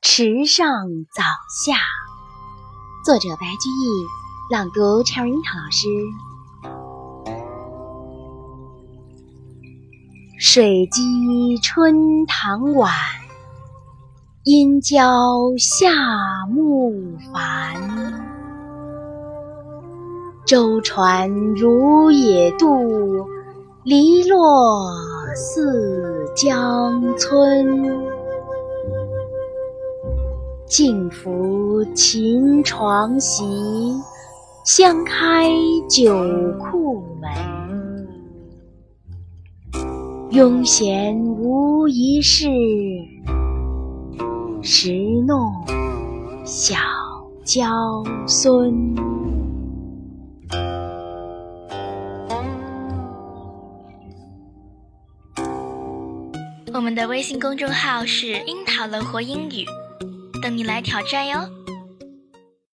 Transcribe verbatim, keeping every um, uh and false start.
池上早夏，作者白居易，朗读陈樱桃老师。水击春塘晚，阴交夏木繁。舟船如野渡，篱落似江村。尽服秦床席，相开酒库门。庸闲无一事，时弄小娇孙。 我们的微信公众号是樱桃乐活英语，等你来挑战哟。